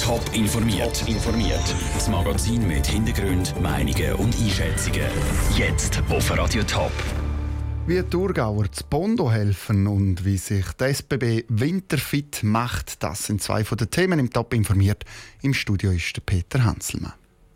Top informiert. Das Magazin mit Hintergrund, Meinungen und Einschätzungen. Jetzt auf Radio Top. Wie die Thurgauer zu Bondo helfen und wie sich die SBB winterfit macht, das sind zwei von den Themen im Top informiert. Im Studio ist der Peter Hanselmann.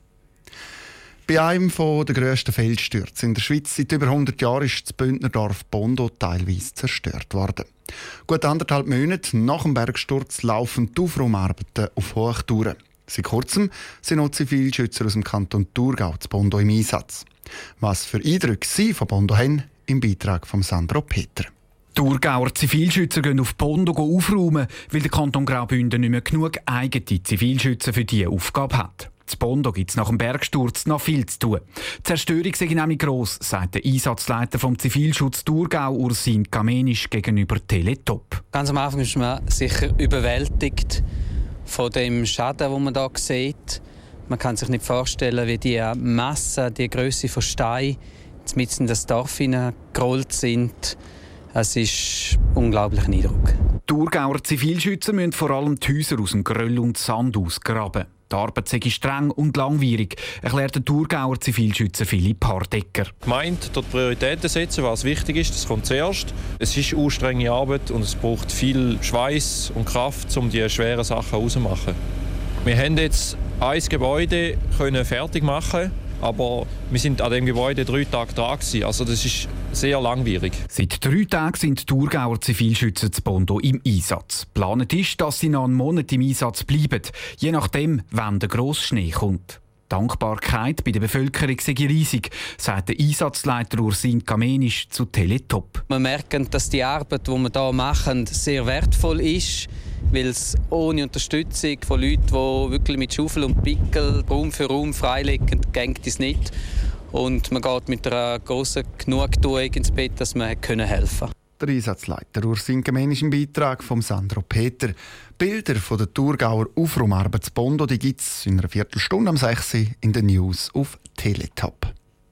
Bei einem der grössten Felsstürze in der Schweiz seit über 100 Jahren ist das Bündnerdorf Bondo teilweise zerstört worden. Gut 1,5 Monate nach dem Bergsturz laufen die Aufräumarbeiten auf Hochtouren. Seit kurzem sind auch Zivilschützer aus dem Kanton Thurgau zu Bondo im Einsatz. Was für Eindrücke sie von Bondo haben, im Beitrag von Sandro Peter. Thurgauer Zivilschützer gehen auf Bondo aufräumen, weil der Kanton Graubünden nicht mehr genug eigene Zivilschützer für diese Aufgabe hat. Zu Bondo gibt es nach dem Bergsturz noch viel zu tun. Die Zerstörung sei nämlich gross, sagt der Einsatzleiter vom Zivilschutz Thurgau, Ursin Kamenisch, gegenüber Teletop. Ganz am Anfang ist man sicher überwältigt von dem Schaden, den man hier sieht. Man kann sich nicht vorstellen, wie die Masse, die Grösse von Steinen mitten in das Dorf hineingerollt sind. Es ist ein unglaublicher Eindruck. Die Thurgauer Zivilschützer müssen vor allem die Häuser aus dem Geröll und Sand ausgraben. Die Arbeit sei streng und langwierig, erklärt der Thurgauer Zivilschützer Philipp Hardecker. Gemeint, dort Prioritäten setzen, was wichtig ist, das kommt zuerst. Es ist anstrengende Arbeit und es braucht viel Schweiß und Kraft, um die schweren Sachen auszumachen. Wir haben jetzt ein Gebäude fertig machen, aber wir sind an dem Gebäude 3 Tage dran gewesen. Also das ist sehr langwierig. Seit 3 Tagen sind die Thurgauer Zivilschützer zu Bondo im Einsatz. Geplant ist, dass sie noch einen Monat im Einsatz bleiben, je nachdem, wann der grosse Schnee kommt. Die Dankbarkeit bei der Bevölkerung sei riesig, sagt der Einsatzleiter Ursin Kamenisch zu Teletop. Wir merken, dass die Arbeit, die wir hier machen, sehr wertvoll ist, weil es ohne Unterstützung von Leuten, die wirklich mit Schaufel und Pickel Raum für Raum freilegen, geht es nicht. Und man geht mit einer grossen Genugtuung ins Bett, dass man helfen konnte. Der Einsatzleiter Ursin Kamenisch im Beitrag von Sandro Peter. Bilder von der Thurgauer Aufräumarbeit zu Bondo gibt es in einer Viertelstunde am 6 Uhr in den News auf Teletop.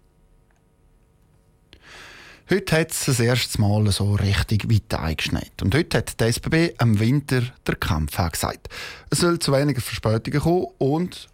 Heute hat es das erste Mal so richtig weit eingeschneit. Und heute hat die SBB am Winter den Kampf angesagt. Es soll zu weniger Verspätungen kommen und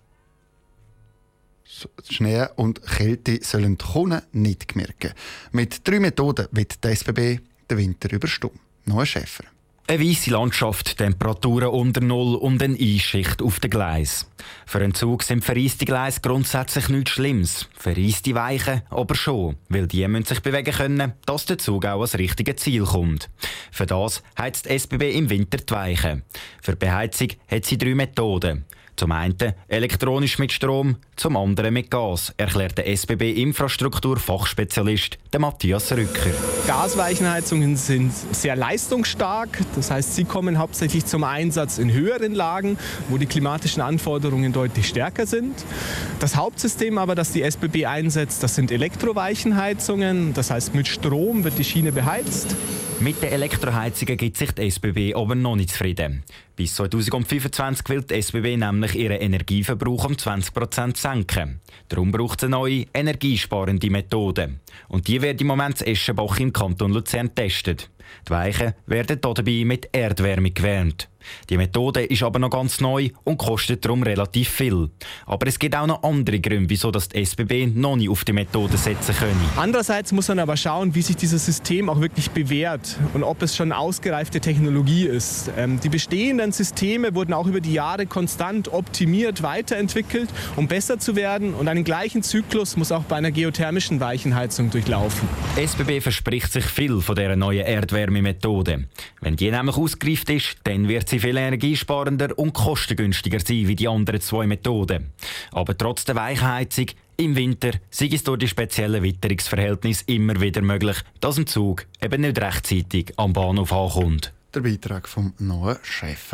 Schnee und Kälte sollen die Kunden nicht merken. Mit 3 Methoden wird die SBB den Winter überstehen. Noah Schäfer. Eine weisse Landschaft, Temperaturen unter Null und eine Eisschicht auf den Gleis. Für einen Zug sind verreiste Gleise grundsätzlich nichts Schlimmes. Verreiste Weichen aber schon, weil die müssen sich bewegen können, dass der Zug auch ans richtige Ziel kommt. Für das heizt die SBB im Winter die Weichen. Für die Beheizung hat sie 3 Methoden. Zum einen elektronisch mit Strom, zum anderen mit Gas, erklärt der SBB-Infrastruktur-Fachspezialist Matthias Rücker. Gasweichenheizungen sind sehr leistungsstark. Das heißt, sie kommen hauptsächlich zum Einsatz in höheren Lagen, wo die klimatischen Anforderungen deutlich stärker sind. Das Hauptsystem aber, das die SBB einsetzt, das sind Elektroweichenheizungen. Das heißt, mit Strom wird die Schiene beheizt. Mit den Elektroheizungen gibt sich die SBB aber noch nicht zufrieden. Bis 2025 will die SBB nämlich ihren Energieverbrauch um 20% senken. Darum braucht es eine neue, energiesparende Methode. Und die wird im Moment in Eschenbach im Kanton Luzern getestet. Die Weichen werden dabei mit Erdwärme gewärmt. Die Methode ist aber noch ganz neu und kostet darum relativ viel. Aber es gibt auch noch andere Gründe, wieso die SBB noch nicht auf die Methode setzen können. Andererseits muss man aber schauen, wie sich dieses System auch wirklich bewährt und ob es schon ausgereifte Technologie ist. Die bestehenden Systeme wurden auch über die Jahre konstant optimiert, weiterentwickelt, um besser zu werden. Und einen gleichen Zyklus muss auch bei einer geothermischen Weichenheizung durchlaufen. Die SBB verspricht sich viel von dieser neuen Erdwärmemethode. Wenn die nämlich ausgereift ist, dann wird sie viel energiesparender und kostengünstiger sein wie die anderen 2 Methoden. Aber trotz der Weichheizung im Winter sei es durch die speziellen Witterungsverhältnisse immer wieder möglich, dass ein Zug eben nicht rechtzeitig am Bahnhof ankommt. Der Beitrag von Noah Schäfer.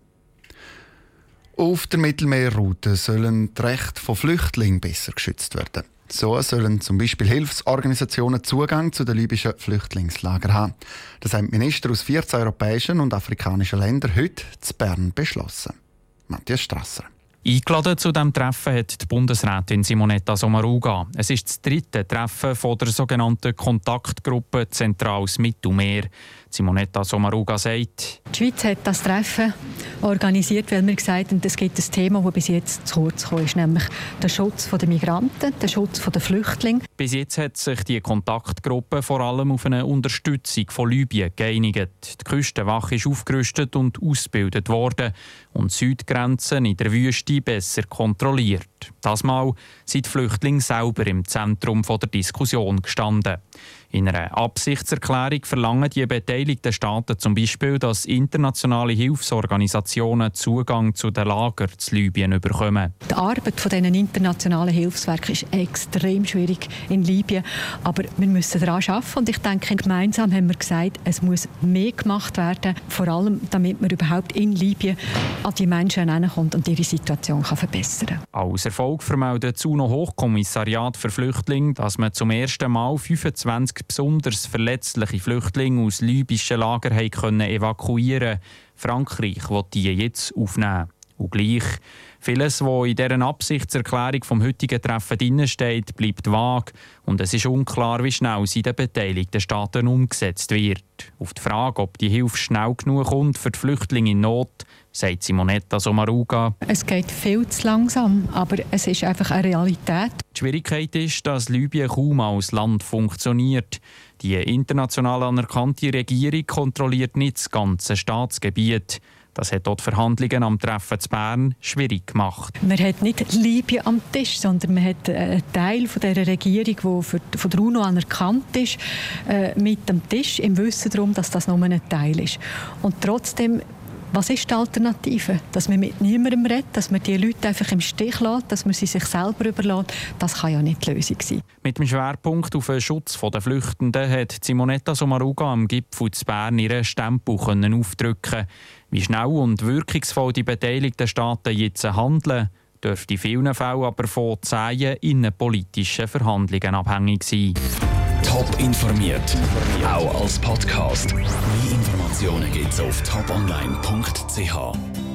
Auf der Mittelmeerroute sollen die Rechte von Flüchtlingen besser geschützt werden. So sollen zum Beispiel Hilfsorganisationen Zugang zu den libyschen Flüchtlingslagern haben. Das haben die Minister aus 14 europäischen und afrikanischen Ländern heute zu Bern beschlossen. Matthias Strasser. Eingeladen zu diesem Treffen hat die Bundesrätin Simonetta Sommaruga. Es ist das 3. Treffen von der sogenannten Kontaktgruppe Zentrales Mittelmeer. Simonetta Sommaruga sagt: Die Schweiz hat das Treffen organisiert, weil wir gesagt haben, es gibt ein Thema, das bis jetzt zu kurz gekommen ist, nämlich der Schutz der Migranten, der Schutz der Flüchtlinge. Bis jetzt hat sich die Kontaktgruppe vor allem auf eine Unterstützung von Libyen geeinigt. Die Küstenwache ist aufgerüstet und ausgebildet worden und Südgrenzen in der Wüste besser kontrolliert. Das Mal sind die Flüchtlinge selber im Zentrum der Diskussion gestanden. In einer Absichtserklärung verlangen die beteiligten Staaten zum Beispiel, dass internationale Hilfsorganisationen Zugang zu den Lagern zu Libyen bekommen. Die Arbeit von diesen internationalen Hilfswerken ist extrem schwierig in Libyen, aber wir müssen daran arbeiten und ich denke, gemeinsam haben wir gesagt, es muss mehr gemacht werden, vor allem damit man überhaupt in Libyen an die Menschen herankommt und ihre Situation verbessern kann. Als Erfolg vermeldet das UNO-Hochkommissariat für Flüchtlinge, dass man zum ersten Mal 25 besonders verletzliche Flüchtlinge aus libyschen Lagern evakuieren konnte. Frankreich will die jetzt aufnehmen. Und gleich, vieles, was in dieser Absichtserklärung vom heutigen Treffen drinsteht, bleibt vage und es ist unklar, wie schnell sie in den beteiligten Staaten umgesetzt wird. Auf die Frage, ob die Hilfe schnell genug kommt für die Flüchtlinge in Not, sagt Simonetta Sommaruga: Es geht viel zu langsam, aber es ist einfach eine Realität. Die Schwierigkeit ist, dass Libyen kaum als Land funktioniert. Die international anerkannte Regierung kontrolliert nicht das ganze Staatsgebiet. Das hat dort die Verhandlungen am Treffen zu Bern schwierig gemacht. Man hat nicht Libyen am Tisch, sondern man hat einen Teil von dieser Regierung, die von der UNO anerkannt ist, mit am Tisch, im Wissen darum, dass das nur ein Teil ist. Und trotzdem, was ist die Alternative? Dass man mit niemandem redet, dass man die Leute einfach im Stich lässt, dass man sie sich selber überlässt, das kann ja nicht die Lösung sein. Mit dem Schwerpunkt auf den Schutz der Flüchtenden hat Simonetta Sommaruga am Gipfel zu Bern ihren Stempel aufdrücken. Wie schnell und wirkungsvoll die beteiligten Staaten jetzt handeln, dürfte in vielen Fällen aber von zähen innenpolitischen Verhandlungen abhängig sein. Top informiert, auch als Podcast. Mehr Informationen gibt's auf toponline.ch.